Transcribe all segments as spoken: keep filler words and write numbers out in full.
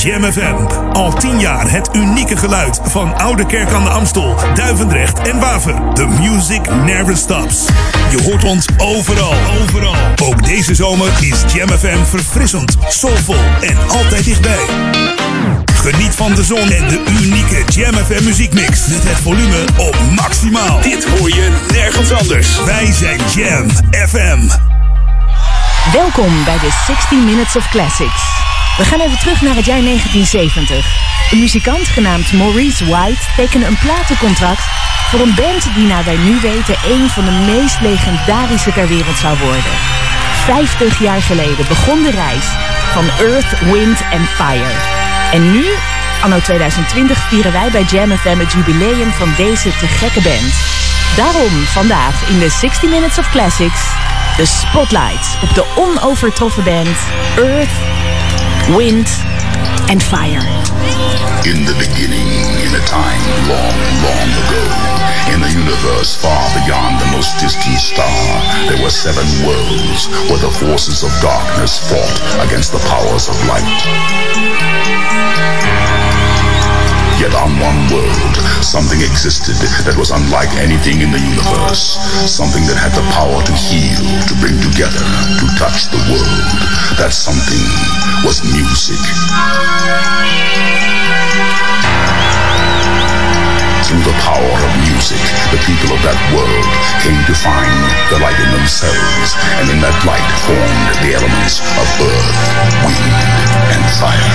Jam F M. Al tien jaar het unieke geluid van Oude Kerk aan de Amstel, Duivendrecht en Waver. The music never stops. Je hoort ons overal, overal. Ook deze zomer is Jam F M verfrissend, soulvol en altijd dichtbij. Geniet van de zon en de unieke Jam F M muziekmix. Met het volume op maximaal. Dit hoor je nergens anders. Wij zijn Jam F M. Welkom bij de zestig Minutes of Classics. We gaan even terug naar het jaar negentien zeventig. Een muzikant genaamd Maurice White tekende een platencontract voor een band die naar wij nu weten een van de meest legendarische ter wereld zou worden. Vijftig jaar geleden begon de reis van Earth, Wind and Fire. En nu, anno tweeduizend twintig, vieren wij bij Jam F M het jubileum van deze te gekke band. Daarom vandaag in de zestig Minutes of Classics de spotlight op de onovertroffen band Earth, Wind and Fire. In the beginning, in a time long, long ago, in a universe far beyond the most distant star, there were seven worlds where the forces of darkness fought against the powers of light. Yet on one world, something existed that was unlike anything in the universe. Something that had the power to heal, to bring together, to touch the world. That something was music. Through the power of music, the people of that world came to find the light in themselves, and in that light formed the elements of earth, wind, and fire.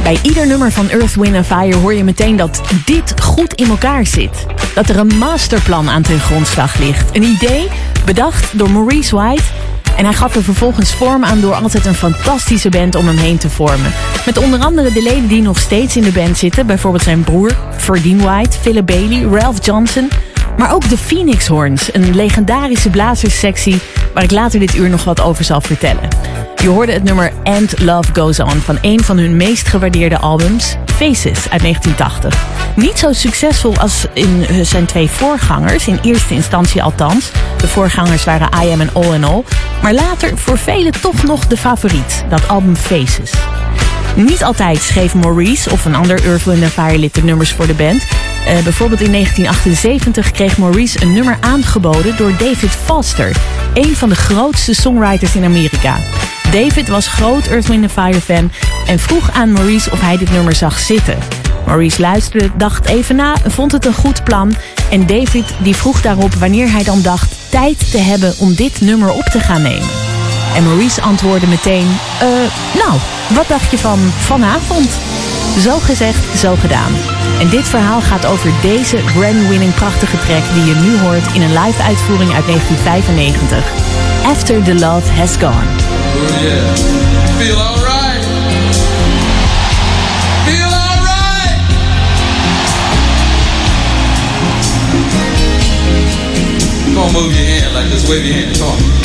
Bij ieder nummer van Earth, Wind and Fire hoor je meteen dat dit goed in elkaar zit. Dat er een masterplan aan ten grondslag ligt. Een idee bedacht door Maurice White. En hij gaf er vervolgens vorm aan door altijd een fantastische band om hem heen te vormen. Met onder andere de leden die nog steeds in de band zitten. Bijvoorbeeld zijn broer, Verdine White, Philip Bailey, Ralph Johnson. Maar ook de Phoenix Horns, een legendarische blazerssectie waar ik later dit uur nog wat over zal vertellen. Je hoorde het nummer And Love Goes On van een van hun meest gewaardeerde albums, Faces uit negentien tachtig. Niet zo succesvol als in zijn twee voorgangers, in eerste instantie althans. De voorgangers waren I Am en All in All, maar later voor velen toch nog de favoriet, dat album Faces. Niet altijd schreef Maurice of een ander Earth, Wind and Fire lid de nummers voor de band. Uh, bijvoorbeeld in negentien achtenzeventig kreeg Maurice een nummer aangeboden door David Foster, een van de grootste songwriters in Amerika. David was groot Earth, Wind and Fire fan en vroeg aan Maurice of hij dit nummer zag zitten. Maurice luisterde, dacht even na, vond het een goed plan en David die vroeg daarop wanneer hij dan dacht tijd te hebben om dit nummer op te gaan nemen. En Maurice antwoordde meteen, uh, nou, wat dacht je van vanavond? Zo gezegd, zo gedaan. En dit verhaal gaat over deze Grammy-winning prachtige track die je nu hoort in een live uitvoering uit negentien vijfennegentig. After the Love Has Gone. Oh yeah, feel alright. Feel alright. Come on, move your hand like this, wave your hand, come on.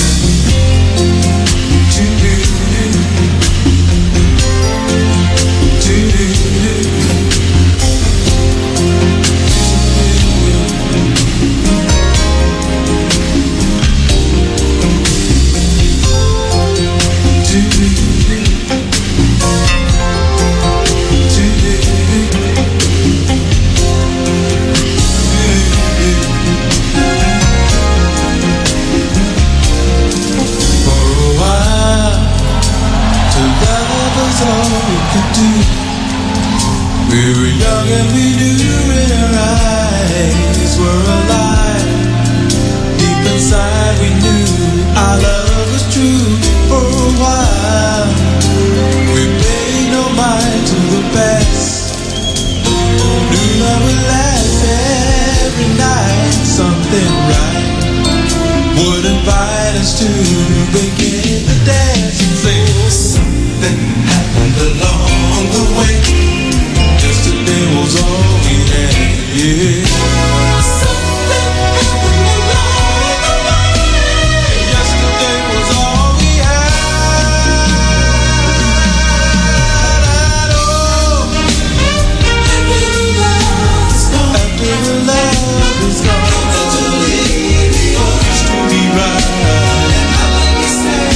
We were young and we knew our eyes were alive. Deep inside we knew our love was true. For a while we paid no mind to the past. Knew love would last every night. Something right would invite us to begin the dance. Say something happened along the way. Yesterday was all we had, yeah. Something happened along the way. Yesterday was all we had. I know. After the love is gone, after the love is gone, after the leave me first to be right. And I like you say,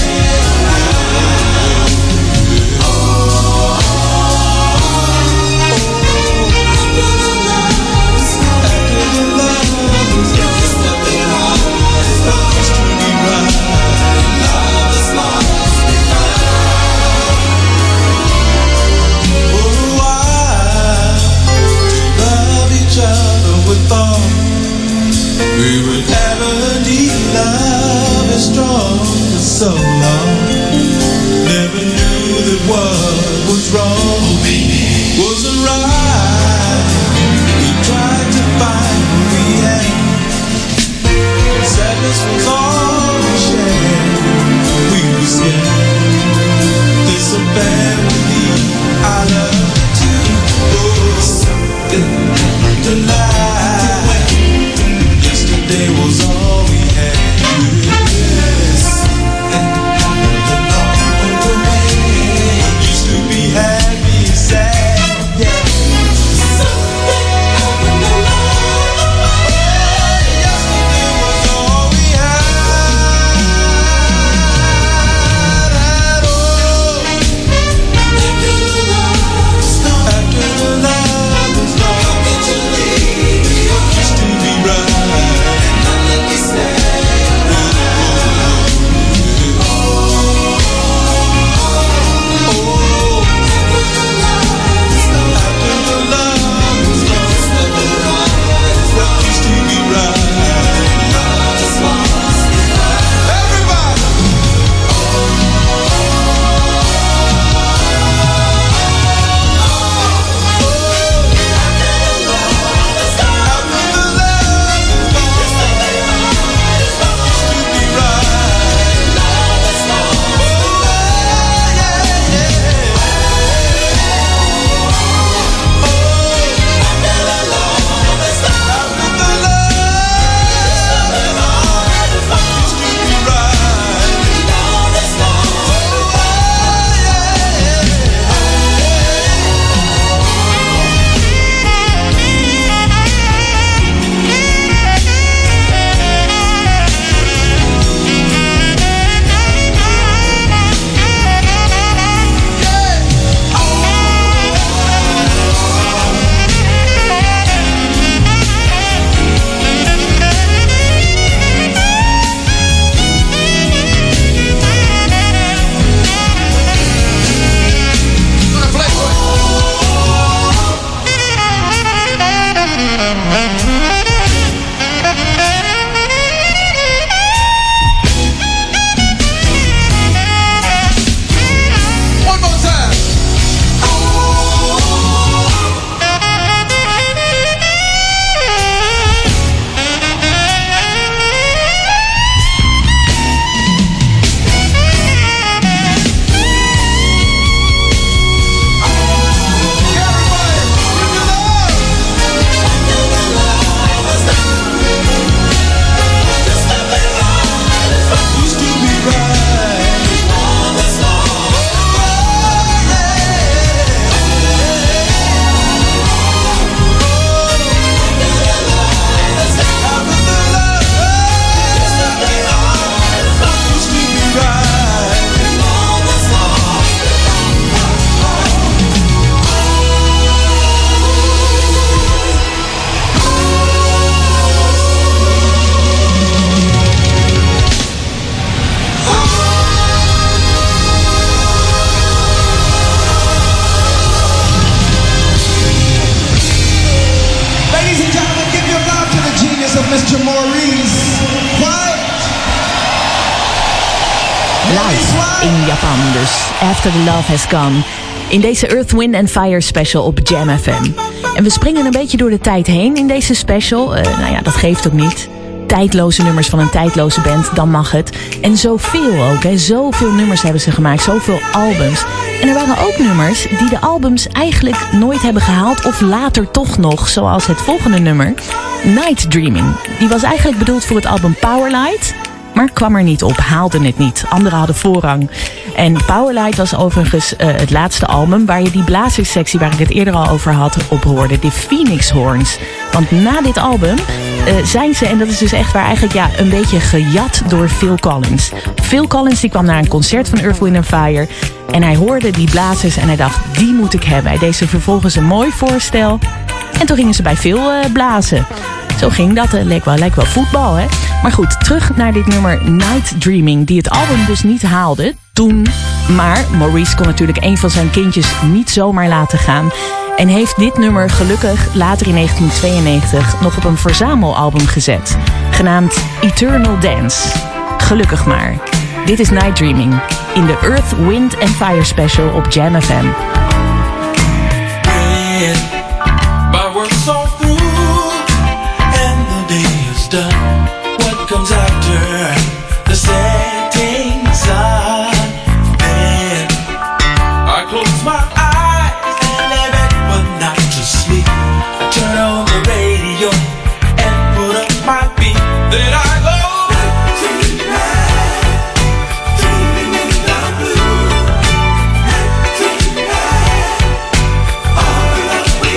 we would never need love as strong for so long. Never knew that what was wrong, oh baby, wasn't right. We tried to find what we had. Sadness was all we shared. We were scared. This affair would lead our love to oh, something to lie. Yesterday was all we had. Yes. And Live in Japan dus. After the Love Has Gone. In deze Earth, Wind and Fire special op Jam F M. En we springen een beetje door de tijd heen in deze special. Uh, nou ja, dat geeft ook niet. Tijdloze nummers van een tijdloze band, dan mag het. En zoveel ook, hè. Zoveel nummers hebben ze gemaakt, zoveel albums. En er waren ook nummers die de albums eigenlijk nooit hebben gehaald of later toch nog, zoals het volgende nummer, Night Dreaming. Die was eigenlijk bedoeld voor het album Powerlight, maar kwam er niet op, haalde het niet. Anderen hadden voorrang. En Powerlight was overigens uh, het laatste album waar je die blazerssectie waar ik het eerder al over had op hoorde, de Phoenix Horns. Want na dit album uh, zijn ze, en dat is dus echt waar eigenlijk ja, een beetje gejat door Phil Collins. Phil Collins die kwam naar een concert van Earth, Wind and Fire en hij hoorde die blazers en hij dacht, die moet ik hebben. Hij deed ze vervolgens een mooi voorstel en toen gingen ze bij Phil uh, blazen. Zo ging dat. Leek wel, leek wel voetbal, hè? Maar goed, terug naar dit nummer Night Dreaming, die het album dus niet haalde toen. Maar Maurice kon natuurlijk een van zijn kindjes niet zomaar laten gaan. En heeft dit nummer gelukkig later in negentien tweeënnegentig nog op een verzamelalbum gezet. Genaamd Eternal Dance. Gelukkig maar. Dit is Night Dreaming in de Earth, Wind and Fire special op Jam F M. Done. What comes after the setting sun? Then I close my eyes and lay back but not to sleep. I turn on the radio and put up my beat. Then I go tonight, dreaming in the blue. Tonight, all the love we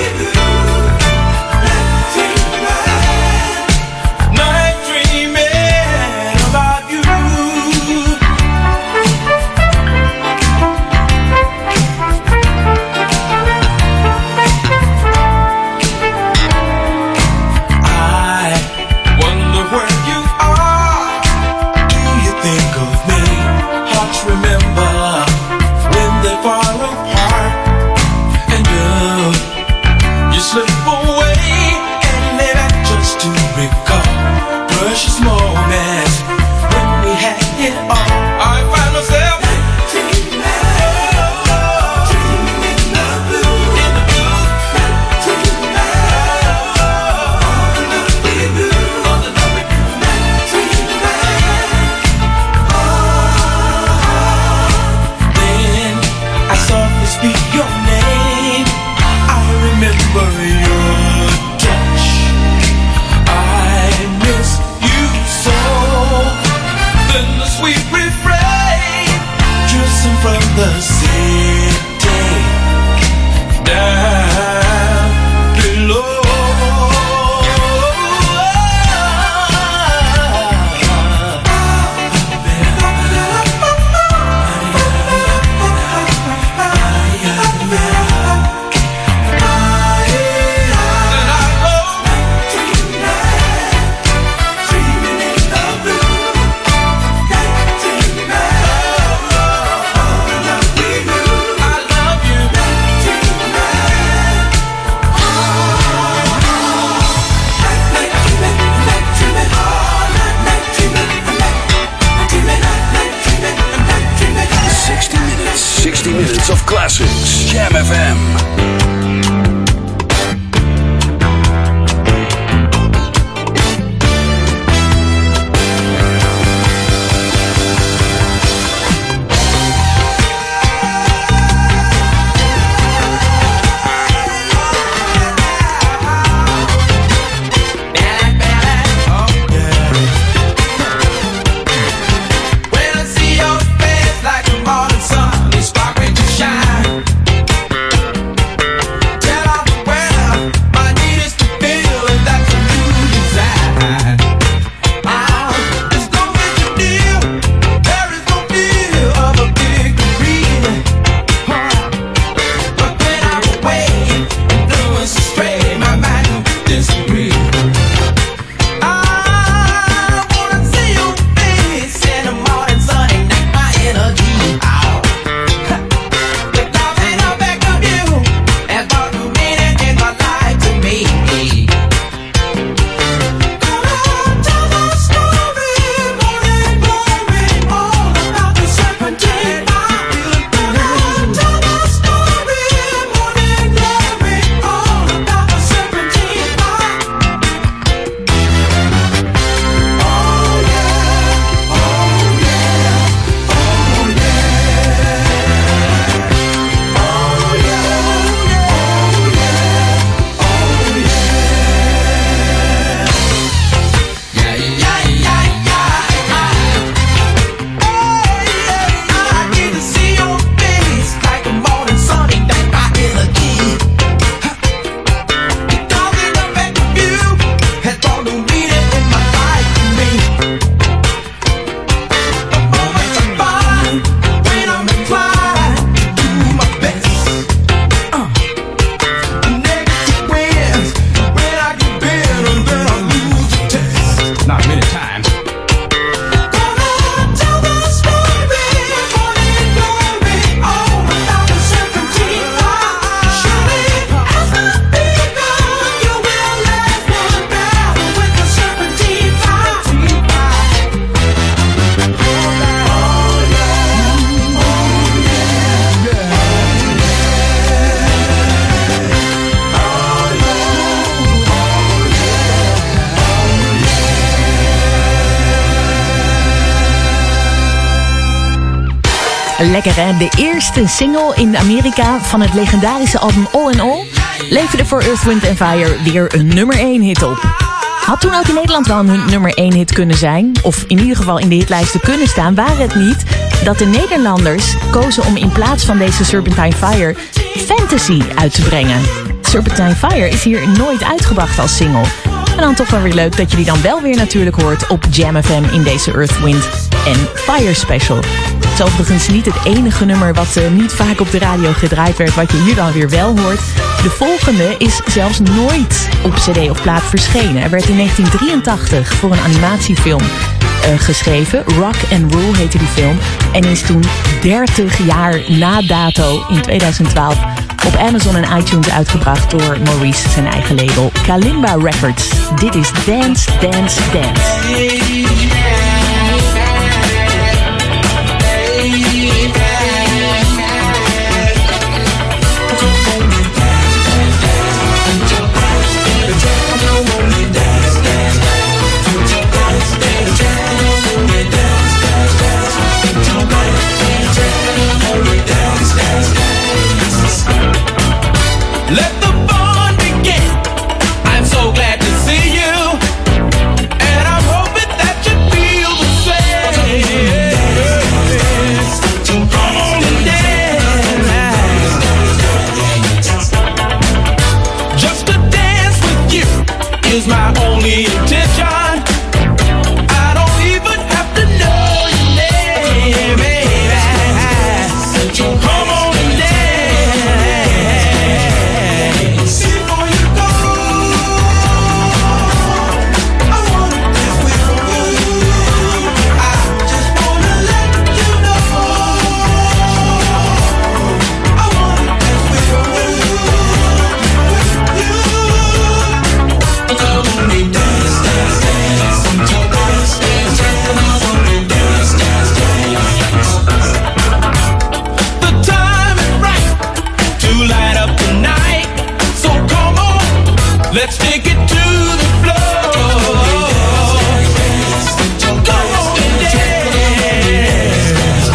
Lekker hè? De eerste single in Amerika van het legendarische album All in All leverde voor Earth, Wind and Fire weer een nummer één hit op. Had toen ook in Nederland wel een nummer één hit kunnen zijn, of in ieder geval in de hitlijsten kunnen staan, waren het niet dat de Nederlanders kozen om in plaats van deze Serpentine Fire Fantasy uit te brengen. Serpentine Fire is hier nooit uitgebracht als single. En dan toch wel weer leuk dat je die dan wel weer natuurlijk hoort op Jam F M in deze Earth, Wind and Fire special. Het is overigens niet het enige nummer wat uh, niet vaak op de radio gedraaid werd, wat je hier dan weer wel hoort. De volgende is zelfs nooit op cd of plaat verschenen. Er werd in negentien drieëntachtig voor een animatiefilm uh, geschreven. Rock and Roll heette die film. En is toen dertig jaar na dato in tweeduizend twaalf op Amazon en iTunes uitgebracht door Maurice, zijn eigen label Kalimba Records. Dit is Dance, Dance, Dance. Let the fun begin. I'm so glad to see you, and I'm hoping that you feel the same. Come on and dance. Just to dance with you is my only intention. I don't even have to know your name, baby. Come on and dance. Let's take it to the floor. Come on and dance.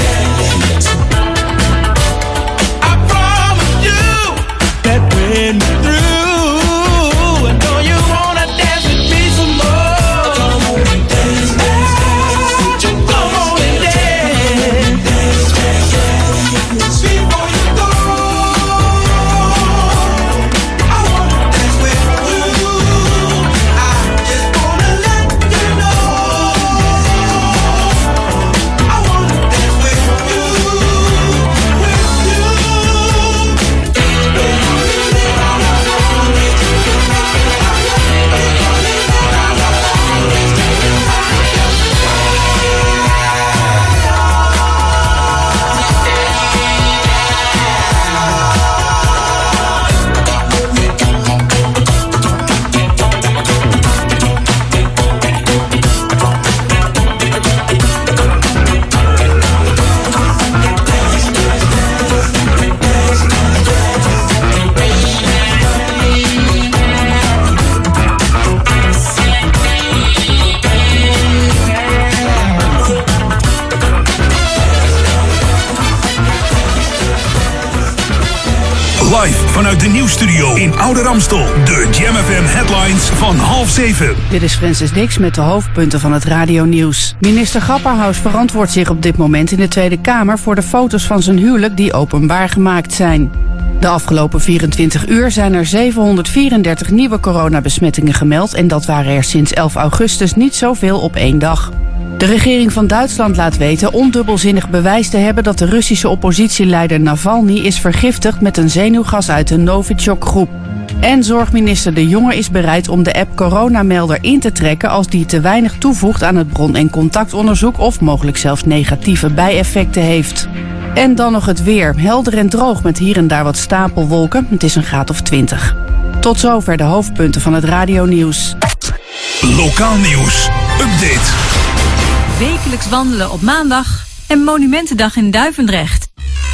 I promise you that when we're through, I know you wanna dance with me some more. Come on and dance, dance, dance. Come on and dance. Before you go, I wanna dance with you. Live vanuit de nieuwsstudio in Oude Ramstel. De Jam F M headlines van half zeven. Dit is Francis Dix met de hoofdpunten van het radionieuws. Minister Grapperhaus verantwoordt zich op dit moment in de Tweede Kamer voor de foto's van zijn huwelijk die openbaar gemaakt zijn. De afgelopen vierentwintig uur zijn er zevenhonderdvierendertig nieuwe coronabesmettingen gemeld en dat waren er sinds elf augustus niet zoveel op één dag. De regering van Duitsland laat weten ondubbelzinnig bewijs te hebben dat de Russische oppositieleider Navalny is vergiftigd met een zenuwgas uit de Novichok-groep. En zorgminister De Jonge is bereid om de app Coronamelder in te trekken als die te weinig toevoegt aan het bron- en contactonderzoek of mogelijk zelfs negatieve bijeffecten heeft. En dan nog het weer. Helder en droog met hier en daar wat stapelwolken. Het is een graad of twintig. Tot zover de hoofdpunten van het radionieuws. Lokaal nieuws. Update. Wekelijks wandelen op maandag en Monumentendag in Duivendrecht.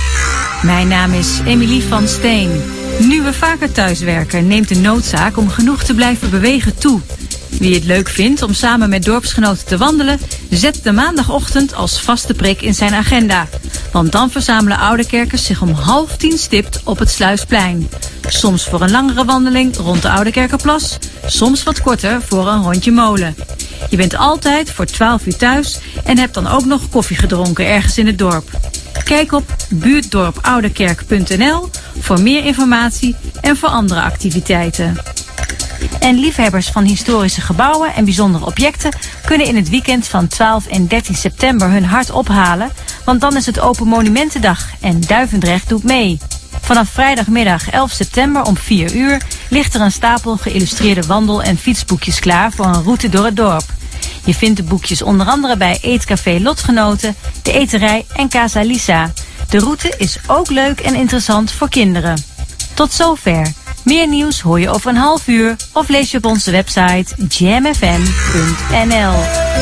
Mijn naam is Emilie van Steen. Nu we vaker thuiswerken neemt de noodzaak om genoeg te blijven bewegen toe. Wie het leuk vindt om samen met dorpsgenoten te wandelen, zet de maandagochtend als vaste prik in zijn agenda. Want dan verzamelen Oudekerkers zich om half tien stipt op het Sluisplein. Soms voor een langere wandeling rond de Oudekerkerplas, soms wat korter voor een rondje molen. Je bent altijd voor twaalf uur thuis en hebt dan ook nog koffie gedronken ergens in het dorp. Kijk op buurtdorpoudekerk punt n l voor meer informatie en voor andere activiteiten. En liefhebbers van historische gebouwen en bijzondere objecten kunnen in het weekend van twaalf en dertien september hun hart ophalen, want dan is het Open Monumentendag en Duivendrecht doet mee. Vanaf vrijdagmiddag elf september om vier uur ligt er een stapel geïllustreerde wandel- en fietsboekjes klaar voor een route door het dorp. Je vindt de boekjes onder andere bij Eetcafé Lotgenoten, de Eterij en Casa Lisa. De route is ook leuk en interessant voor kinderen. Tot zover. Meer nieuws hoor je over een half uur of lees je op onze website jam f m punt n l.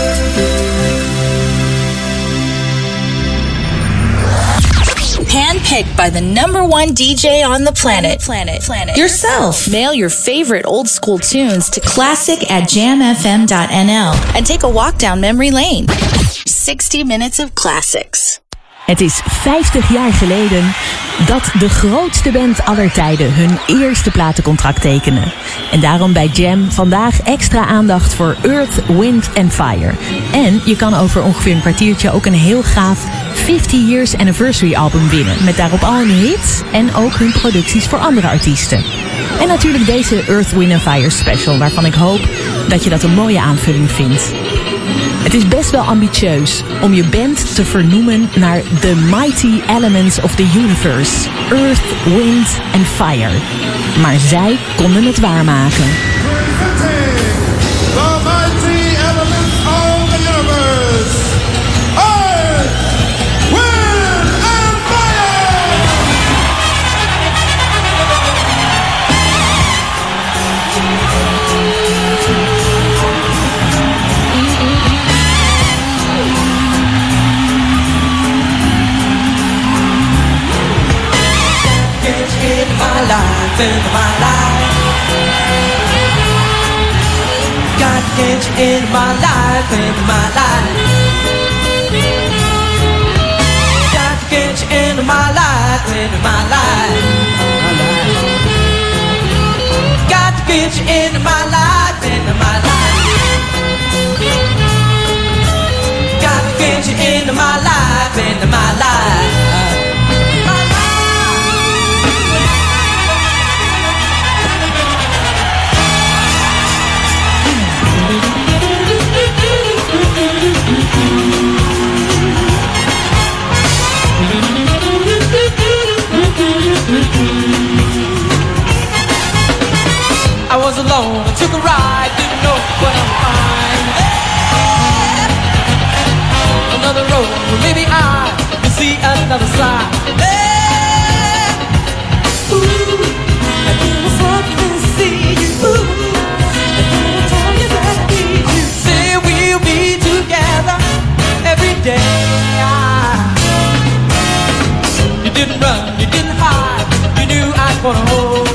Handpicked by the number one D J on the planet. Planet. Planet. Yourself. Mail your favorite old school tunes to classic at jam f m dot n l and take a walk down memory lane. sixty minutes of classics. Het is vijftig jaar geleden dat de grootste band aller tijden hun eerste platencontract tekende. En daarom bij Jam vandaag extra aandacht voor Earth, Wind and Fire. En je kan over ongeveer een kwartiertje ook een heel gaaf fifty years anniversary album winnen. Met daarop al hun hits en ook hun producties voor andere artiesten. En natuurlijk deze Earth, Wind and Fire special, waarvan ik hoop dat je dat een mooie aanvulling vindt. Het is best wel ambitieus om je band te vernoemen naar The Mighty Elements of the Universe. Earth, Wind and Fire. Maar zij konden het waarmaken. The Mighty Elements of the Universe. Earth, Wind and Fire! In my life, in my life, got to get you in my life, in my life, got to get you in my life, in my life, got to get you in my life, in my life, got to get you in my life, in my life. I was alone, I took a ride, didn't know what I'm fine. Another road, maybe I can see another side. Ooh, I never thought to see you. I never tell you that I need you. Say we'll be together every day. You didn't run, you didn't hide, you knew I'd wanna hold.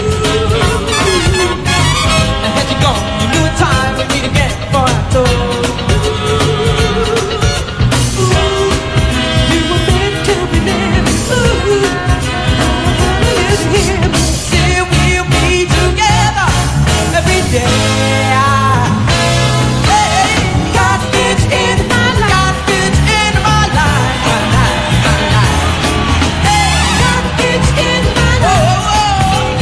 You knew a time for me to get for I told. Ooh, you were meant to be there. Ooh, listen here. Say we'll be together every day. Hey, got to get you in my life. Got to get you in my life. My life, my life. Hey, got to get you in my life. Oh, oh, oh.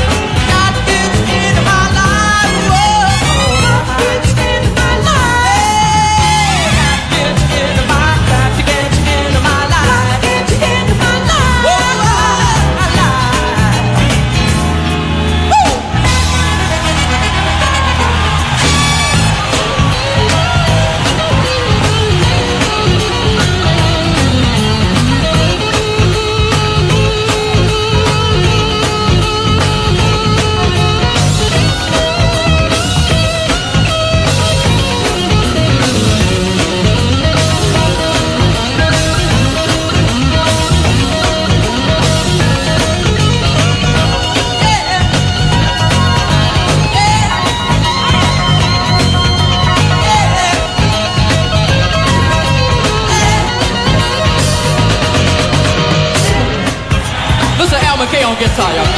okay on guitar, y'all.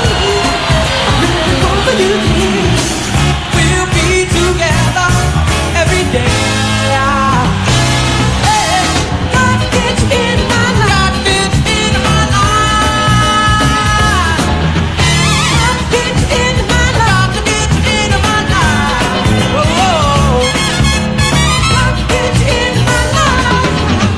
We'll be together every day. Hey, God gets in my life. God gets in my life. God gets in my life. God gets in my life. Oh, God gets in my life.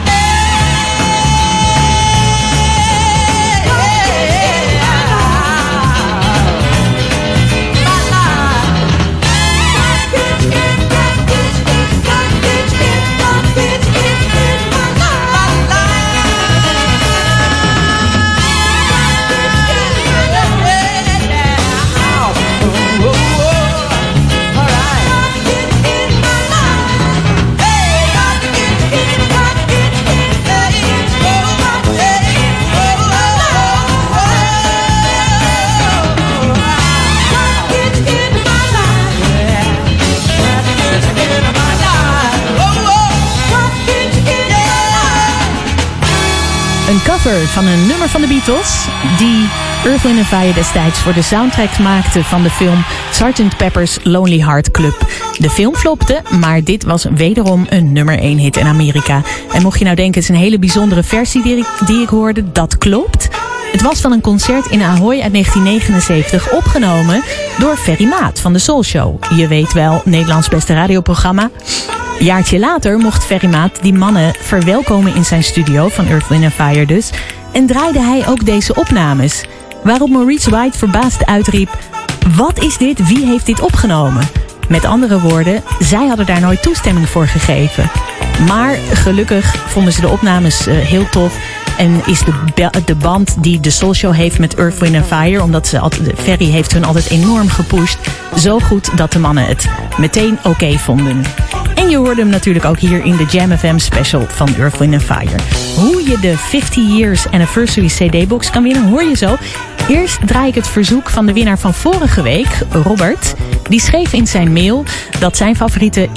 Een cover van een nummer van de Beatles die Earth, Wind and Fire destijds voor de soundtrack maakte van de film sergeant Pepper's Lonely Heart Club. De film flopte, maar dit was wederom een nummer één hit in Amerika. En mocht je nou denken, het is een hele bijzondere versie die ik, die ik hoorde, dat klopt. Het was van een concert in Ahoy uit negentien negenenzeventig, opgenomen door Ferry Maat van de Soul Show. Je weet wel, Nederlands beste radioprogramma. Een jaartje later mocht Ferry Maat die mannen verwelkomen in zijn studio van Earth, Wind and Fire dus. En draaide hij ook deze opnames. Waarop Maurice White verbaasd uitriep: wat is dit? Wie heeft dit opgenomen? Met andere woorden, zij hadden daar nooit toestemming voor gegeven. Maar gelukkig vonden ze de opnames uh, heel tof. En is de, de band die de Soul Show heeft met Earth, Wind and Fire, omdat ze altijd, Ferry heeft hun altijd enorm gepusht, zo goed dat de mannen het meteen oké okay vonden. En je hoorde hem natuurlijk ook hier in de Jam F M special van Earth, Wind and Fire. Hoe je de fifty years anniversary C D-box kan winnen, hoor je zo. Eerst draai ik het verzoek van de winnaar van vorige week, Robert. Die schreef in zijn mail dat zijn favoriete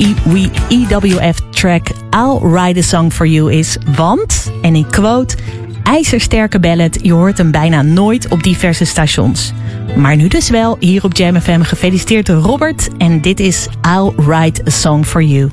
E W F-track I'll Write a Song for You is, want, en ik quote, ijzersterke ballad, je hoort hem bijna nooit op diverse stations. Maar nu dus wel, hier op Jam F M. Gefeliciteerd Robert, en dit is I'll Write a Song for You.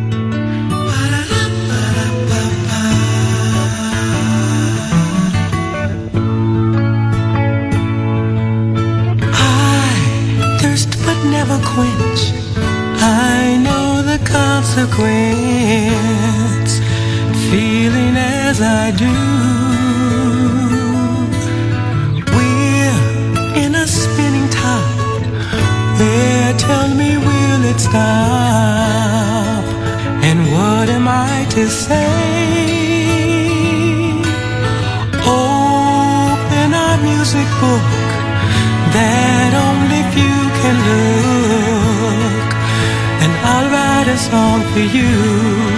Never quench. I know the consequence, feeling as I do. We're in a spinning tide. They tell me, will it stop? And what am I to say? Open our music book that only few can look, and I'll write a song for you.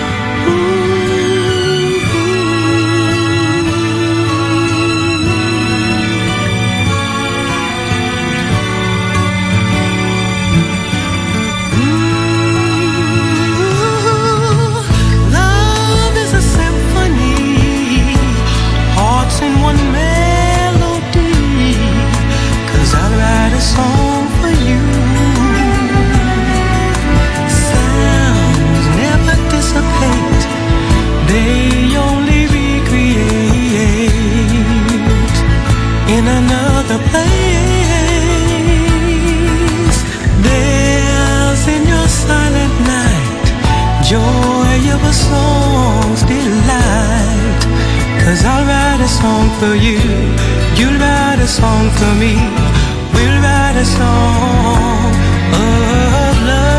Love is a symphony, hearts in one melody, 'cause I'll write a song for you. Sounds never dissipate, they only recreate in another place. There's in your silent night joy of a song's delight, 'cause I'll write a song for you, you'll write a song for me. We'll write a song of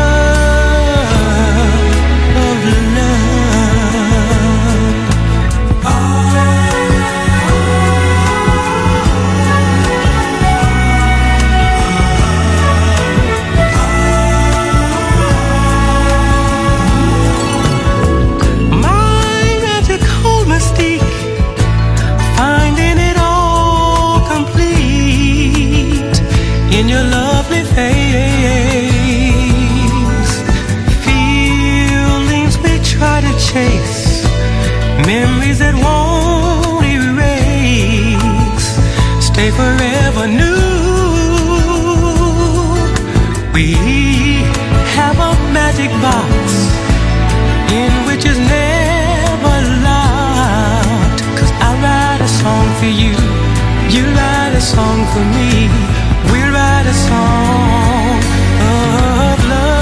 love, of love. Oh. My magical mystique, finding it all complete in your lovely face. Feelings we try to chase, memories that won't erase, stay they forever knew. We have a magic box in which is never locked. 'Cause I write a song for you, you write a song for me. We'll write a song of love.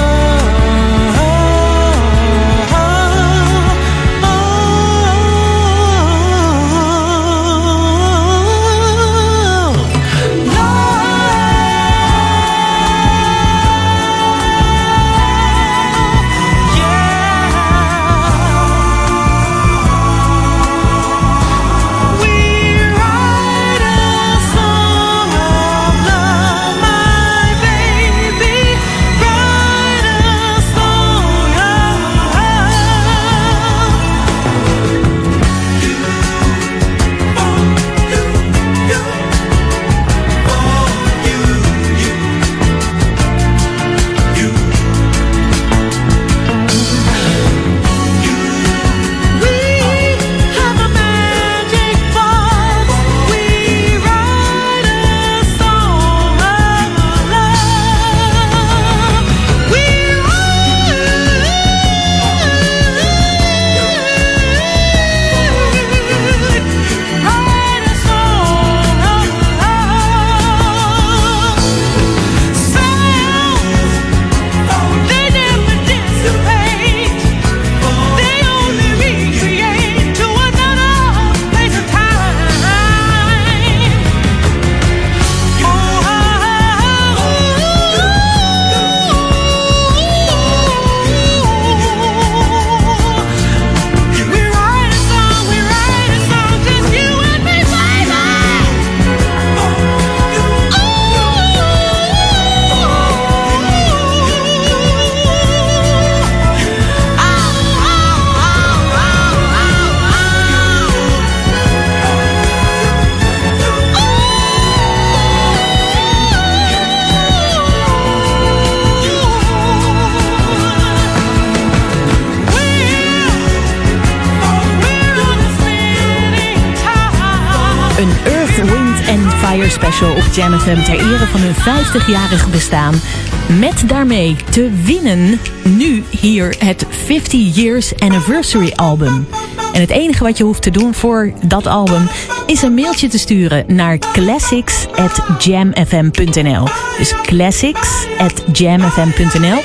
Special op Jam F M ter ere van hun vijftigjarig bestaan. Met daarmee te winnen nu hier het fifty years Anniversary album. En het enige wat je hoeft te doen voor dat album is een mailtje te sturen naar classics at jamfm punt n l. Dus classics at jamfm punt n l.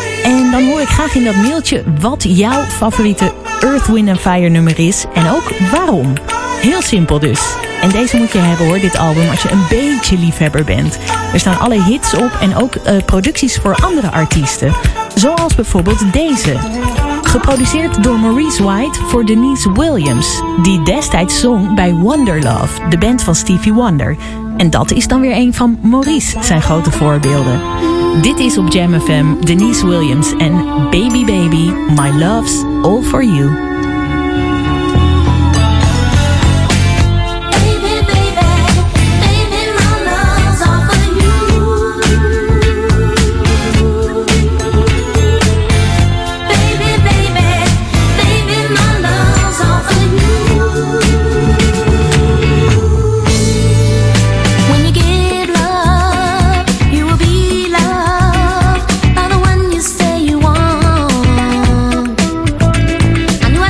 En dan hoor ik graag in dat mailtje wat jouw favoriete Earth, Wind and Fire nummer is en ook waarom. Heel simpel dus. En deze moet je hebben hoor, dit album, als je een beetje liefhebber bent. Er staan alle hits op en ook uh, producties voor andere artiesten. Zoals bijvoorbeeld deze. Geproduceerd door Maurice White voor Denise Williams. Die destijds zong bij Wonderlove, de band van Stevie Wonder. En dat is dan weer een van Maurice zijn grote voorbeelden. Dit is op Jam F M Denise Williams en Baby Baby, My Love's All For You. I knew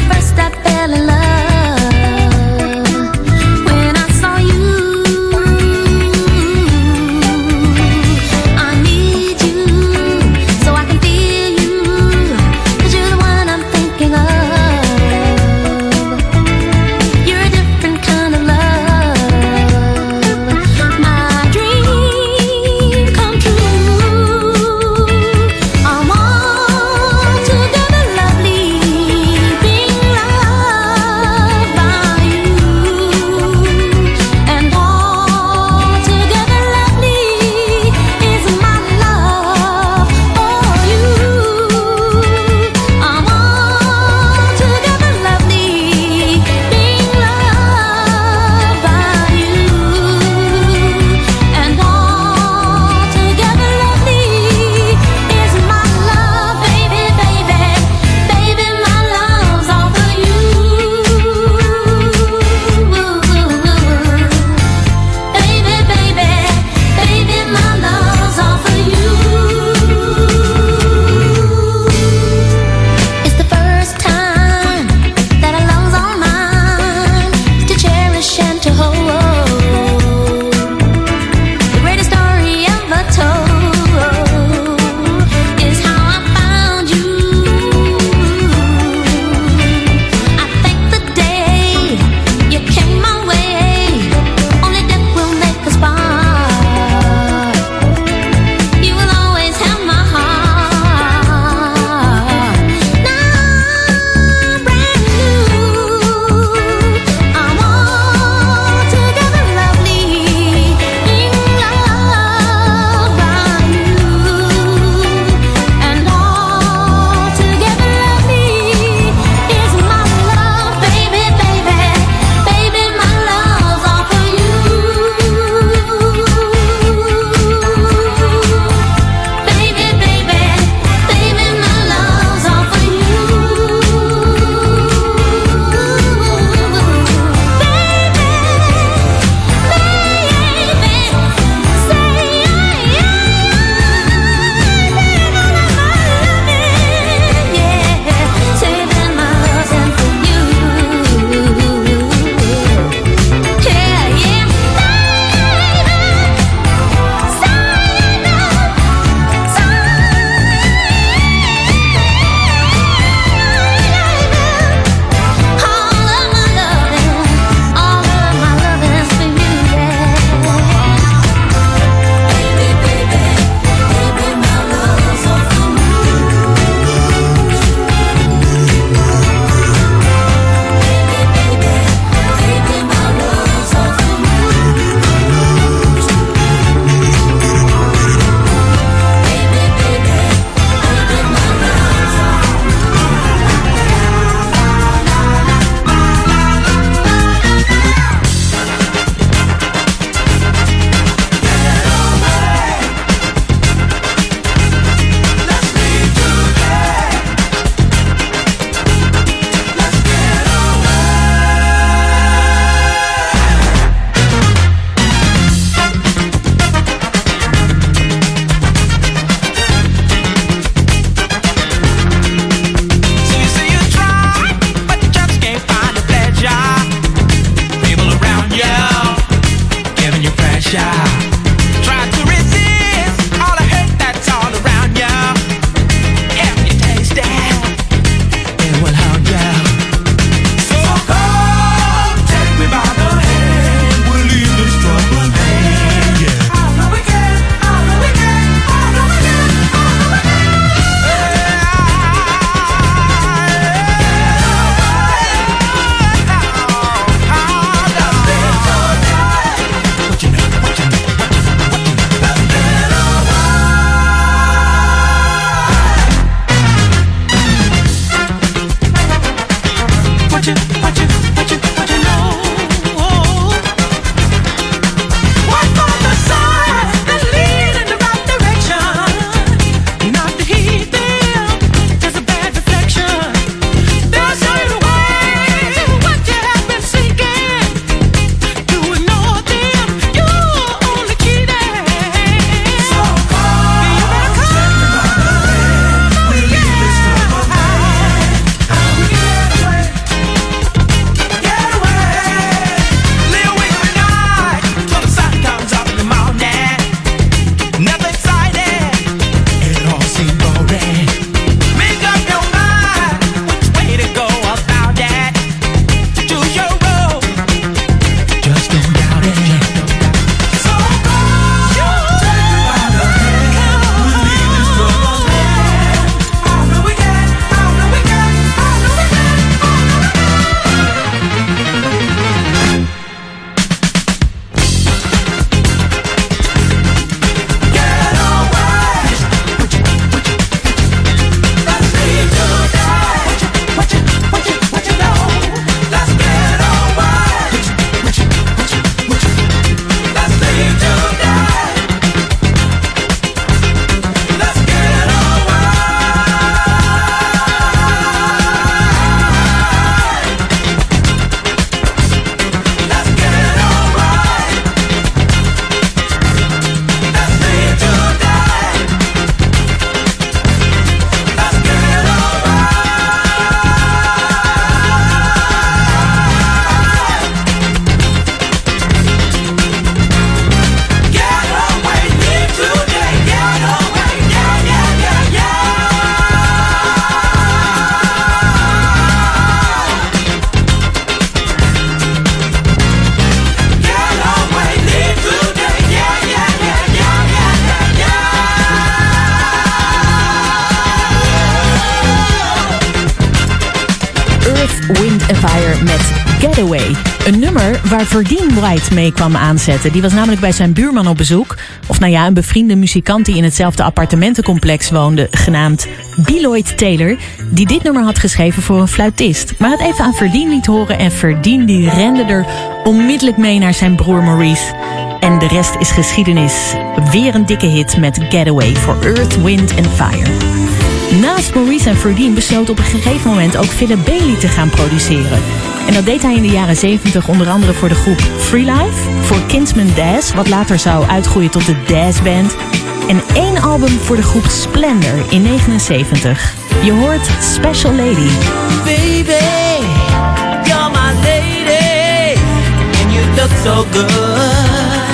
Getaway. Een nummer waar Verdine White mee kwam aanzetten. Die was namelijk bij zijn buurman op bezoek. Of nou ja, een bevriende muzikant die in hetzelfde appartementencomplex woonde, genaamd Beloit Taylor, die dit nummer had geschreven voor een fluitist. Maar het even aan Verdine liet horen en Verdine die rende er onmiddellijk mee naar zijn broer Maurice. En de rest is geschiedenis. Weer een dikke hit met Getaway voor Earth, Wind and Fire. Naast Maurice en Verdine besloot op een gegeven moment ook Philip Bailey te gaan produceren. En dat deed hij in de jaren zeventig onder andere voor de groep Free Life, voor Kinsman Dazz, wat later zou uitgroeien tot de Dazz Band, en één album voor de groep Splendor in negenenzeventig. Je hoort Special Lady. Baby, you're my lady, and you look so good.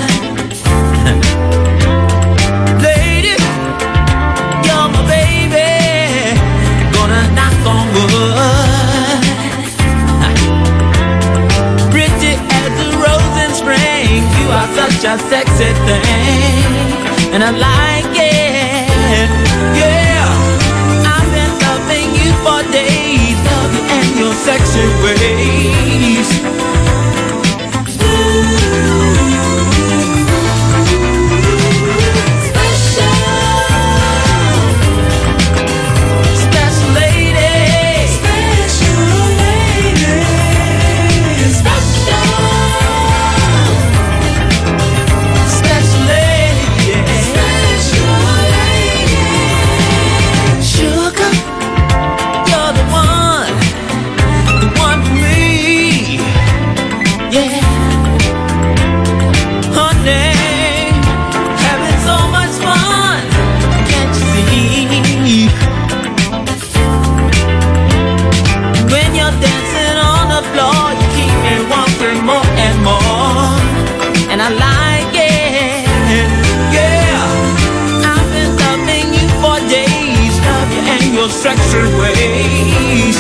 Lady, you're my baby, gonna knock on wood. Pretty as a rose in spring, you are such a sexy thing, and I like it, yeah. I've been loving you for days, love you and your sexy ways. And I like it, yeah. I've been loving you for days, love you and your sexy ways.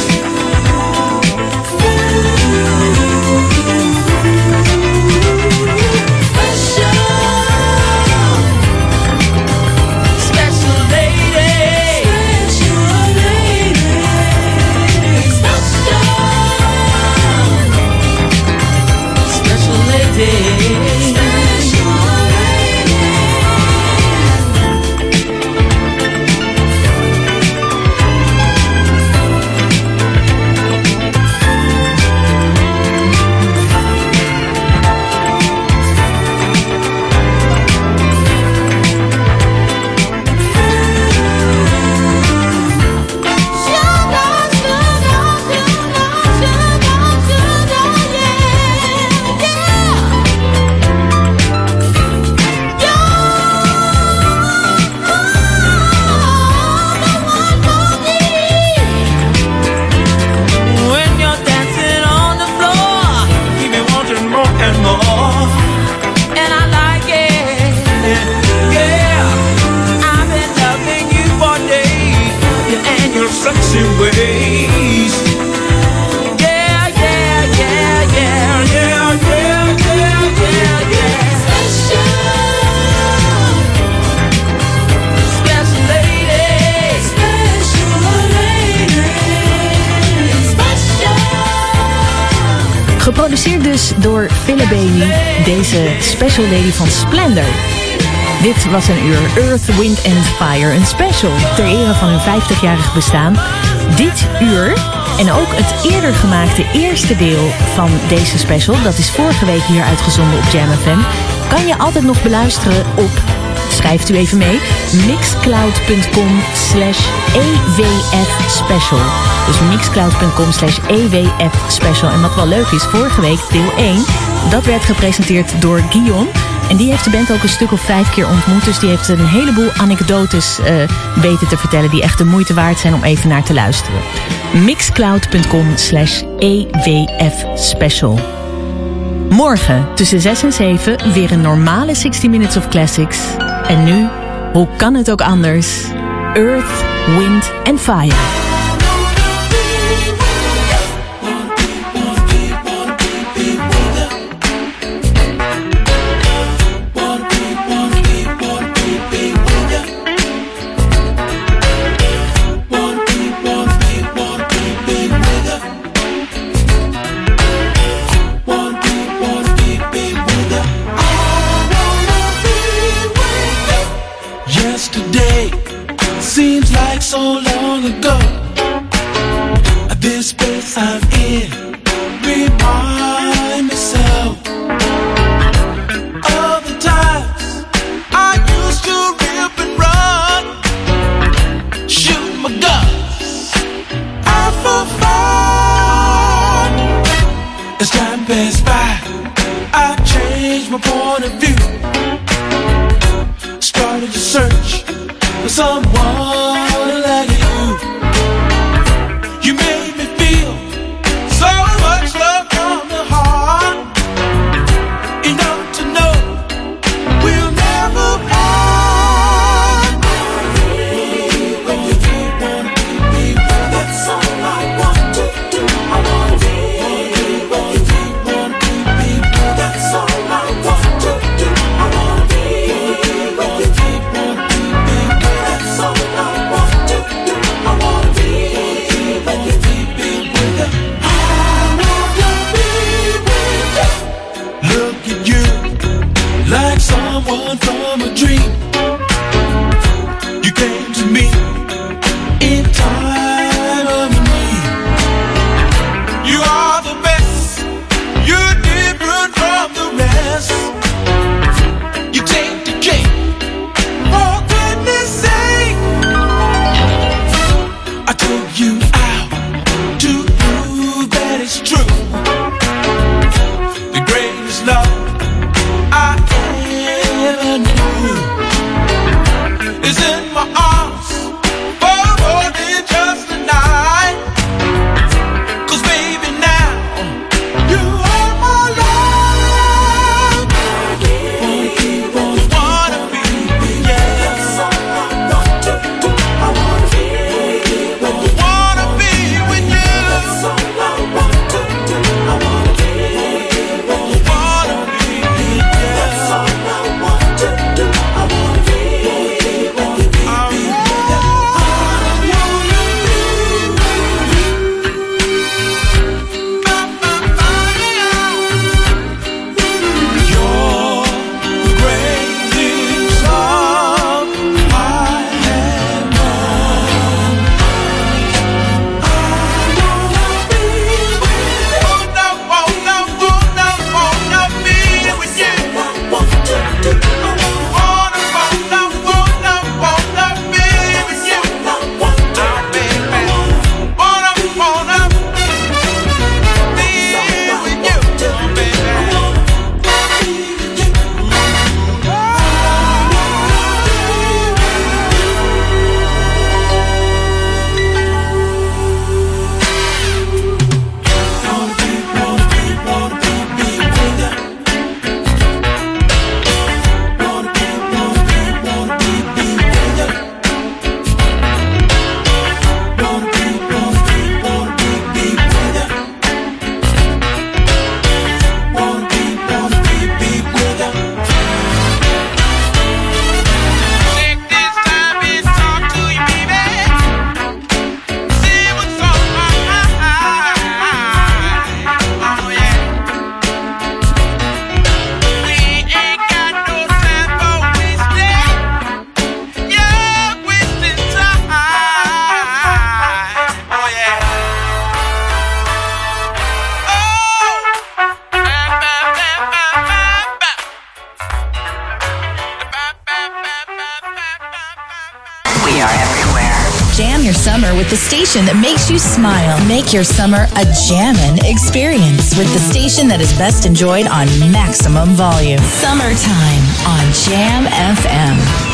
Geproduceerd dus door Philip Bailey, deze Special Lady van Splendor. Dit was een uur Earth, Wind and Fire, een special ter ere van hun vijftigjarig bestaan. Dit uur en ook het eerder gemaakte eerste deel van deze special, dat is vorige week hier uitgezonden op Jam F M, kan je altijd nog beluisteren op, schrijft u even mee, mixcloud.com slash ewfspecial. Dus mixcloud.com slash ewfspecial. En wat wel leuk is, vorige week deel één, dat werd gepresenteerd door Guillaume. En die heeft de band ook een stuk of vijf keer ontmoet. Dus die heeft een heleboel anekdotes uh, weten te vertellen die echt de moeite waard zijn om even naar te luisteren. mixcloud.com slash ewfspecial. Morgen tussen zes en zeven weer een normale zestig Minutes of Classics. En nu, hoe kan het ook anders? Earth, Wind and Fire. so long ago. This place I'm in, remind myself of the times I used to rip and run, shoot my guns out for fun. As time passed by, I changed my point of view, started to search for someone like you. You made me feel so much love from the heart, enough to know we'll never part. When you keep on keeping, that's all I want to do. I wanna be when you keep on keeping, that's all I want to do. I wanna be when you keep on keeping, that's all I want to do. I wanna be. Like someone from a dream, you came to me in time of need. You are the best, you're different from the rest. You take the cake, for goodness sake. I took you out to prove that it's true. The greatest love I ever knew is in my arms for more than just a night. 'Cause baby now you are my love. Wanna keep on, wanna be, yeah. That's all I want to do. I wanna be with you. Wanna be with you. That's all I want to do. I wanna be with you. Wanna be, yeah. That's all I want to do. I wanna be with you. I wanna be with you. You're the greatest love I have known. I wanna be with you. Wanna, wanna, wanna, wanna be with you. I want to do. Wanna, wanna, wanna, wanna be with you. I want to, baby. Wanna, wanna be with you, baby. Wanna be, wanna be, wanna be, be with you. Wanna be, wanna be, wanna be, be with you. Wanna be, wanna be, wanna be, be with you. Wanna be, wanna be, be with you. Take this time and talk to you, baby. See what's on my mind. Oh yeah. We ain't got no time for wasting. You're wasting time. Oh yeah. We are everywhere. Jam your summer with the station that makes you smile. Make your summer a jammin' experience with the station that is best enjoyed on maximum volume. Summertime on Jam F M.